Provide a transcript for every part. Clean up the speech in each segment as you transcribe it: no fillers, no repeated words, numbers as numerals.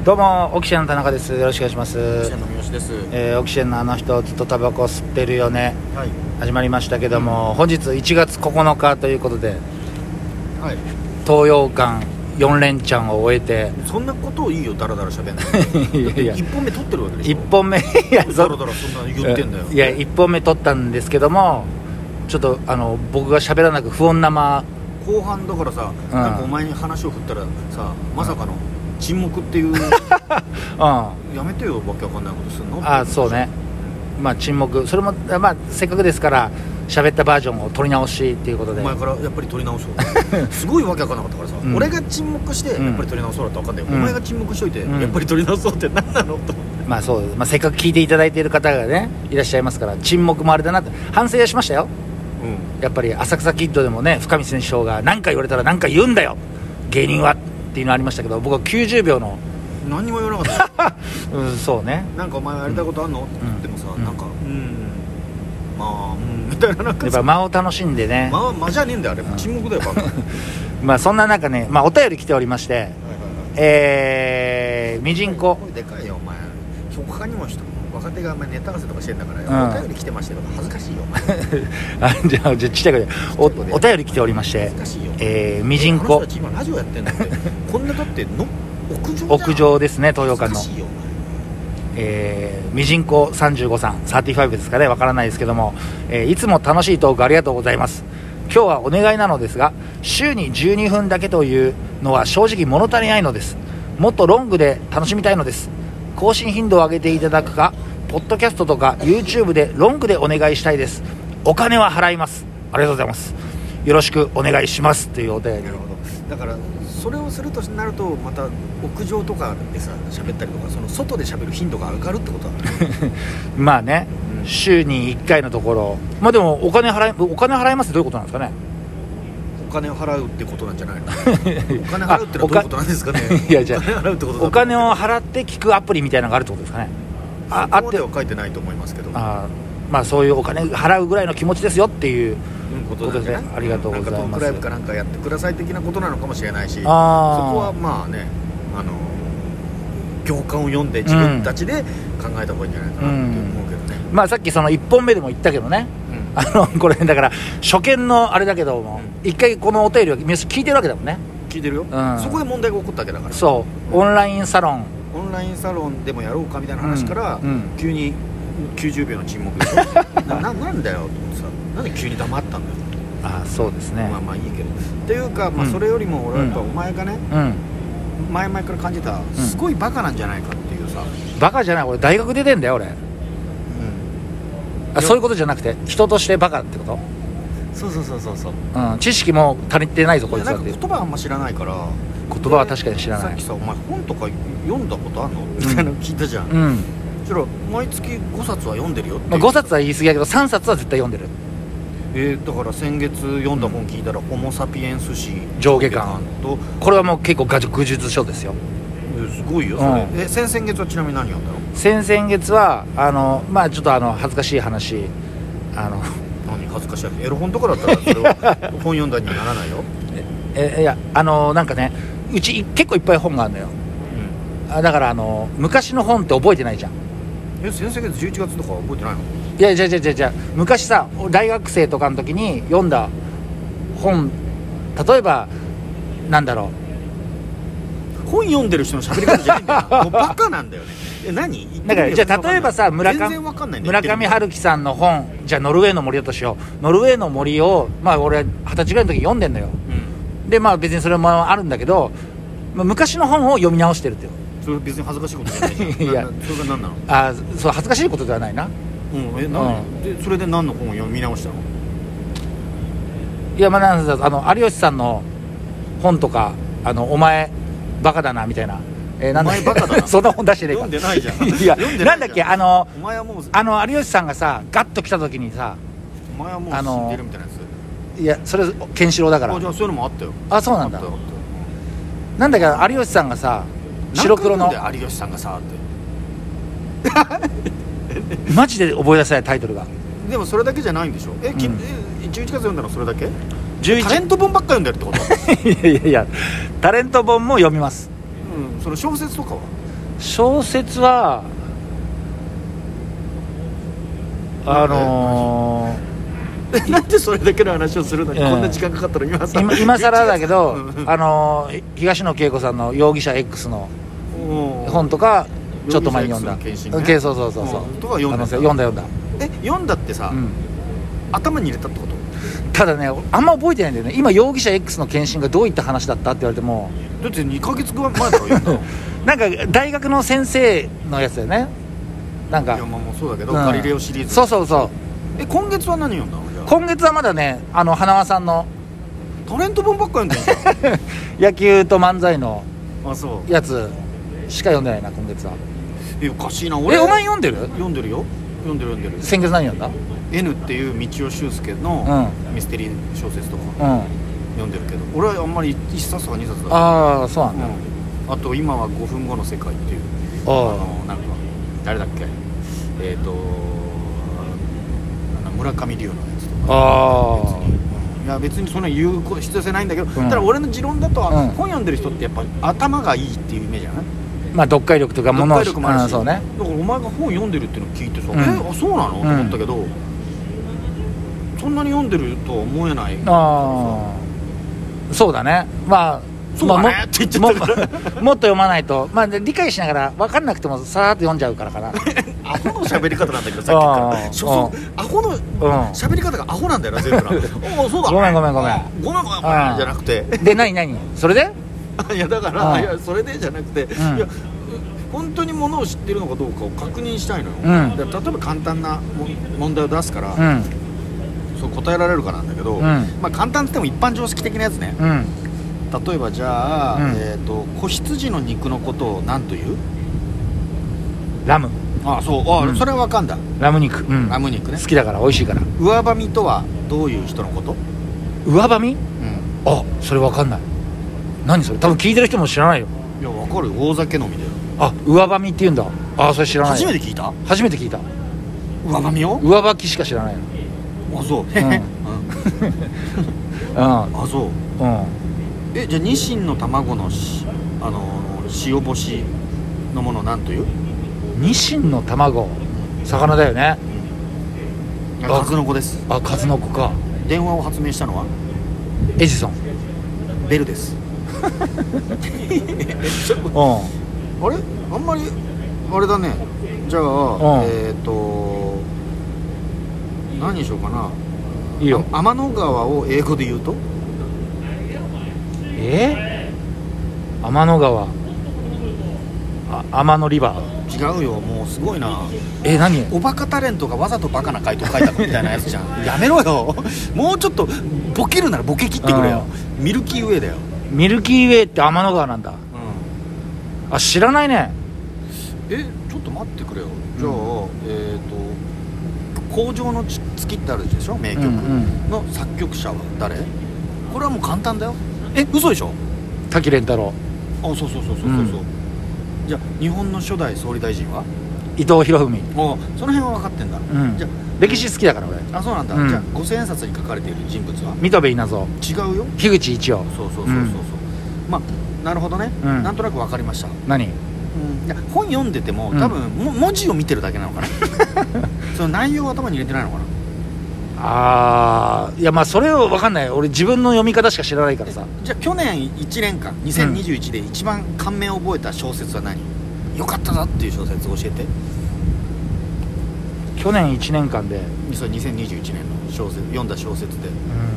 どうもオキシエンの田中です。よろしくお願いします。 オキシエンの三好です。 オキシエンのあの人ずっとタバコ吸ってるよね、 はい、 始まりましたけども、本日1月9日ということで、 はい、 東洋館4連チャンを終えて、 そんなことをいいよ、ダラダラしゃべんないいや1本目撮ってるわけでしょ。 1本目いやダラダラそんな言ってんだよ。 いや1本目撮ったんですけども、ちょっと僕が喋らなく不穏な後半だからさ、なんかお前に話を振ったらさ、まさかの沈黙っていうやめてよ、わけわかんないことするの。 そうね、沈黙、それもせっかくですから喋ったバージョンを撮り直しっていうことで、 お前からやっぱり撮り直そうすごいわけわかんなかったからさ、俺が沈黙してやっぱり撮り直そうだったらわかんないよ、お前が沈黙しといてやっぱり撮り直そうって何なのと。 せっかく聞いていただいている方がねいらっしゃいますから、沈黙もあれだなって反省はしましたよ。やっぱり浅草キッドでもね、深見選手が何か言われたら何か言うんだよ芸人はっていうのありましたけど、僕は90秒の何にも言わなかったそうね、 なんかお前やりたいことあんのって言ってもさ、なんかみたいな、なんかやっぱ間を楽しんでね、 間じゃねえんだよあれ、沈黙だよバカそんな中ね、お便り来ておりまして、ミジンコでかいよお前、他にも若手がネタ合わせとかしてんだから、お便り来てましたけど恥ずかしいよお前じゃあちっちゃい声で お便り来ておりまして、ミジンコ、 あの人たち今ラジオやってんだってこんなだっての屋上ですね、東洋館の恥ずかしいよミジンコ35さん35ですかね、わからないですけども、いつも楽しいトークありがとうございます。今日はお願いなのですが、週に12分だけというのは正直物足りないのです。もっとロングで楽しみたいのです。更新頻度を上げていただくか、ポッドキャストとか YouTube でロングでお願いしたいです。お金は払います。ありがとうございます。よろしくお願いしますというお便り。 なるほど。だからそれをするとなると、また屋上とかでさ喋ったりとか、その外で喋る頻度が上がるってことだね週に1回のところ、でもお金払いますってどういうことなんですかね。 お金を払うってことなんじゃないのお金払うってのはどういうことなんですかねいや、じゃあお金払うってことだ、 お金を払って聞くアプリみたいなのがあるってことですかね。 あっては書いてないと思いますけど、 そういうお金払うぐらいの気持ちですよっていうことですね。 ありがとうございます。 なんかトークライブかなんかやってください的なことなのかもしれないし、そこは行間を読んで自分たちで考えた方がいいんじゃないかなって思うけどね。 さっきその1本目でも言ったけどね、これだから初見のあれだけども、一回このお便りを皆さん聞いてるわけだもんね。 聞いてるよ、そこで問題が起こったわけだから。 そうオンラインサロンでもやろうかみたいな話から、急に90秒の沈黙でしょなんだよと思ってさ、なんで急に黙ったんだよ。 そうですね、 いいけどっていうか、それよりも俺はやっぱお前がね、前々から感じたすごいバカなんじゃないかっていうさ。 バカじゃない、俺大学出てんだよ俺。そういうことじゃなくて人としてバカってこと。そう、知識も足りてないぞこいつはって。 言葉あんま知らないから。 言葉は確かに知らない。 さっきさ、お前本とか読んだことあんのみたいなの聞いたじゃん。そしたら毎月5冊は読んでるよって。 5冊は言い過ぎやけど3冊は絶対読んでる。 だから先月読んだ本聞いたら、ホモサピエンス史上下巻と、これはもう結構学術書ですよ。 すごいよそれ。先々月はちなみに何読んだの？ 先々月はちょっと恥ずかしい話、 何恥ずかしいエロ本とかだったらそれは本読んだにはならないよいやなんかね、うち結構いっぱい本があるのよ、だから昔の本って覚えてないじゃん。 先々月11月とか覚えてないの？ いやじゃ昔さ、大学生とかの時に読んだ本、例えばなんだろう、本読んでる人の喋り方じゃないんだよもうバカなんだよね。何だから、じゃあ例えばさ、村上春樹さんの本、じゃあノルウェーの森だとしよう。ノルウェーの森を俺20歳ぐらいの時に読んでんのよ、で別にそれもあるんだけど、昔の本を読み直してるっていう。 それ別に恥ずかしいことじゃないじゃんいやそれが何なの？ そう恥ずかしいことではないな。 でそれで何の本を読み直したの？ いやなんだ、有吉さんの本とか、お前バカだなみたいな、 お前バカだなそんな本出してねえか。 読んでないじゃんいやなんだっけ、 お前はもう有吉さんがさガッと来た時にさ、 お前はもう死んでるみたいなやつ。 いやそれケンシロウだから。 じゃあそういうのもあったよ。 そうなんだ。なんだっけ、有吉さんがさ白黒の有吉さんがさってマジで覚え出せないタイトルが。 でもそれだけじゃないんでしょ。11月読んだのそれだけ？タレント本ばっか読んでるってこと？ いやタレント本も読みます。 その小説とかは？ 小説はなんでそれだけの話をするのにこんな時間かかったの今更だけど東野圭子さんの容疑者 X の本とかちょっと前に読んだ。そうとか読んだ。読んだってさ、頭に入れたってこと？ ただね、あんま覚えてないんだよね。今容疑者 X の検診がどういった話だったって言われても、 だって2ヶ月前だろ読んだの。 なんか大学の先生のやつだよね。なんかいやまあもうそうだけど、ガリレオシリーズ。 そう今月は何読んだの？ 今月はまだね、花輪さんのタレント本ばっか読んでるじゃん。 野球と漫才のそうやつしか読んでないな今月は。 おかしいな。 お前読んでる？ 読んでるよ。読んでる。 先月何読んだ？ N っていう道尾修介のミステリー小説とか読んでるけど、俺はあんまり1冊か2冊だ。 ああそうなんだ。 あと今は5分後の世界っていうなんか誰だっけ、村上龍のやつとか。いや別にそんな言う必要性ないんだけど、ただ俺の持論だと本読んでる人ってやっぱ頭がいいっていうイメージじゃない？ まあ読解力とか物を読解力もあるし、 そうね。 だからお前が本読んでるっていうのを聞いてさ、そうなのと思ったけど、そんなに読んでるとは思えない。 そうだね。まあそうだねって言っちゃったからもっと読まないと、まあ理解しながら分かんなくてもさーっと読んじゃうからかな。 アホの喋り方なんだけどさっきからアホの喋り方がアホなんだよな全部な。そうだごめんじゃなくて、 で何それでいやだからいやそれでじゃなくて、いや本当にものを知ってるのかどうかを確認したいのよ。例えば簡単な問題を出すから、そう答えられるかなんだけど、まあ簡単って言っても一般常識的なやつね。例えばじゃあ、子羊の肉のことを何という？ ラム。 それは分かんだ。 ラム肉。 ラム肉ね。 好きだから美味しいから。 上ばみとはどういう人のこと？ 上ばみ？それ分かんない。何それ？多分聞いてる人も知らないよ。 いや分かるよ。大酒飲みだよ。 上ばみって言うんだ。それ知らない。 初めて聞いた？ 初めて聞いた。 上ばみを？ 上ばきしか知らないよ。 そう。そう。じゃあニシンの卵の塩干しのものなんという？ ニシンの卵、魚だよね。 数の子です。 数の子か。 電話を発明したのは？ エジソン。 ベルです。あれ？あんまりあれだね。じゃあ何にしようかな。 いいよ。 天の川を英語で言うと？ 天の川。天のリバー。 違うよ。もうすごいな。 何？ おバカタレントがわざとバカな回答書いたみたいなやつじゃん。やめろよ。もうちょっとボケるならボケ切ってくれよ。ミルキーウェイだよ。 ミルキーウェイって天の川なんだ。知らないね。 ちょっと待ってくれよ。じゃあ工場の月ってあるでしょ、名曲の作曲者は誰？これはもう簡単だよ。嘘でしょ？ 滝廉太郎。 そう。じゃあ日本の初代総理大臣は？ 伊藤博文。 その辺は分かってんだ。じゃあ歴史好きだから俺。 そうなんだ。じゃあ五千円札に書かれている人物は？ 水戸部稲造。 違うよ。 樋口一葉。 そう。まあなるほどね。なんとなく分かりました。 何？ 本読んでても多分文字を見てるだけなのかな。その内容を頭に入れてないのかな。 いやまあそれを分かんない。俺自分の読み方しか知らないからさ。 じゃあ去年1年間2021で一番感銘を覚えた小説は何？よかったぞっていう小説教えて。 去年1年間でそれ2021年の小説読んだ小説で。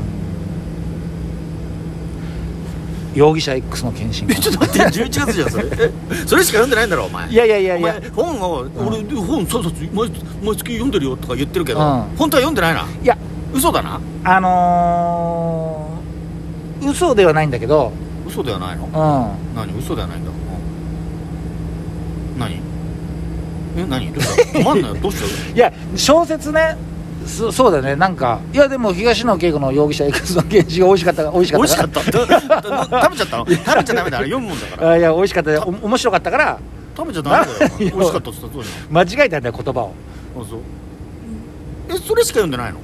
容疑者 X の検診。 ちょっと待って、11月じゃんそれ。それしか読んでないんだろお前。 いやお前本を俺本3冊毎月読んでるよとか言ってるけど、本当は読んでないな。 いや嘘だな。 嘘ではないんだけど。 嘘ではないの？何？嘘ではないんだ。何？どうした？止まんなよ。どうした？ いや小説ね。そうだね。なんかいやでも東野圭吾の容疑者 X の検診が美味しかった美味しかった食べちゃったの？食べちゃダメだ。あれ読むもんだから。 いや美味しかった。面白かったから食べちゃダメだよ。美味しかったって言った。 間違えたんだよ言葉を。 そうそれしか読んでないの？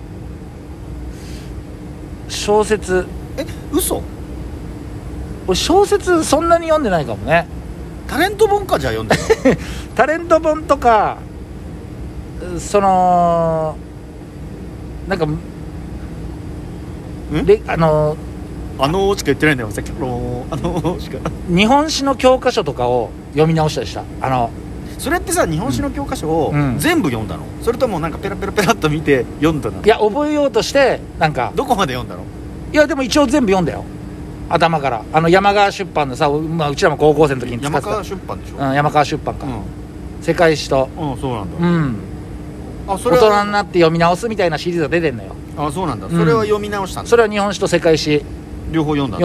小説。 嘘？ 俺小説そんなに読んでないかもね。 タレント本かじゃあ読んでるタレント本とかそのなんかしか言ってないんだよさっきしか日本史の教科書とかを読み直したりした。 それってさ日本史の教科書を全部読んだの、それともなんかペラペラペラっと見て読んだの？ いや覚えようとしてなんかどこまで読んだの？ いやでも一応全部読んだよ頭から。山川出版のさ、うちらも高校生の時に使ってた山川出版でしょ、 山川出版か、世界史とそうなんだ、 それ大人になって読み直すみたいなシリーズが出てんのよ。 そうなんだ、それは読み直したんだ。 それは日本史と世界史両方読んだ。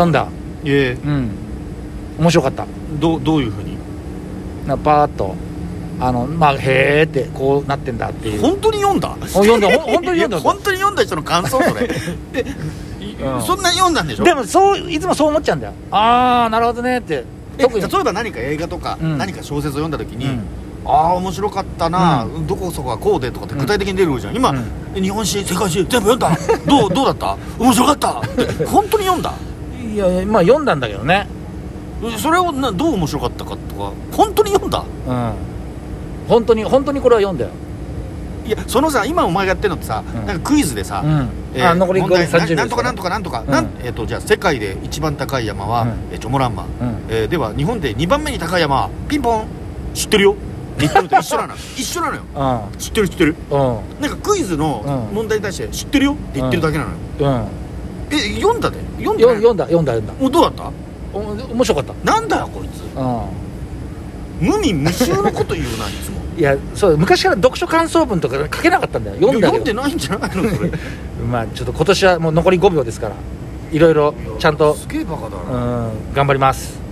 面白かった。 どういうふうにパーッとへーってこうなってんだっていう。 本当に読んだ？ 本当に読んだ本当に読んだ人の感想それで、そんなに読んだんでしょ？ でもいつもそう思っちゃうんだよ。なるほどねって。 特に例えば何か映画とか、何か小説を読んだ時に、面白かったな、どこそこがこうでとかって具体的に出るじゃん。今、日本史世界史全部読んだどうだった面白かったって本当に読んだ？ いや読んだんだけどね。 それをどう面白かったかとか本当に読んだ？ 本当にこれは読んだよ。 いやそのさ今お前がやってるのってさ、なんかクイズでさ、 残り30秒なんとかなんとかなんとか、じゃあ世界で一番高い山はチョモランマ、では日本で2番目に高い山はピンポン知ってるよって言ってると一緒なの一緒なのよ、知ってる、なんかクイズの問題に対して知ってるよって言ってるだけなのよ、読んだで読んだもうどうだった？ 面白かった。 なんだよこいつ、無味無臭のこと言うないつもいやそう昔から読書感想文とか書けなかったんだよ。読んでないんじゃないのそれちょっと今年はもう残り5秒ですからいろいろちゃんとすげえバカだな。 頑張ります。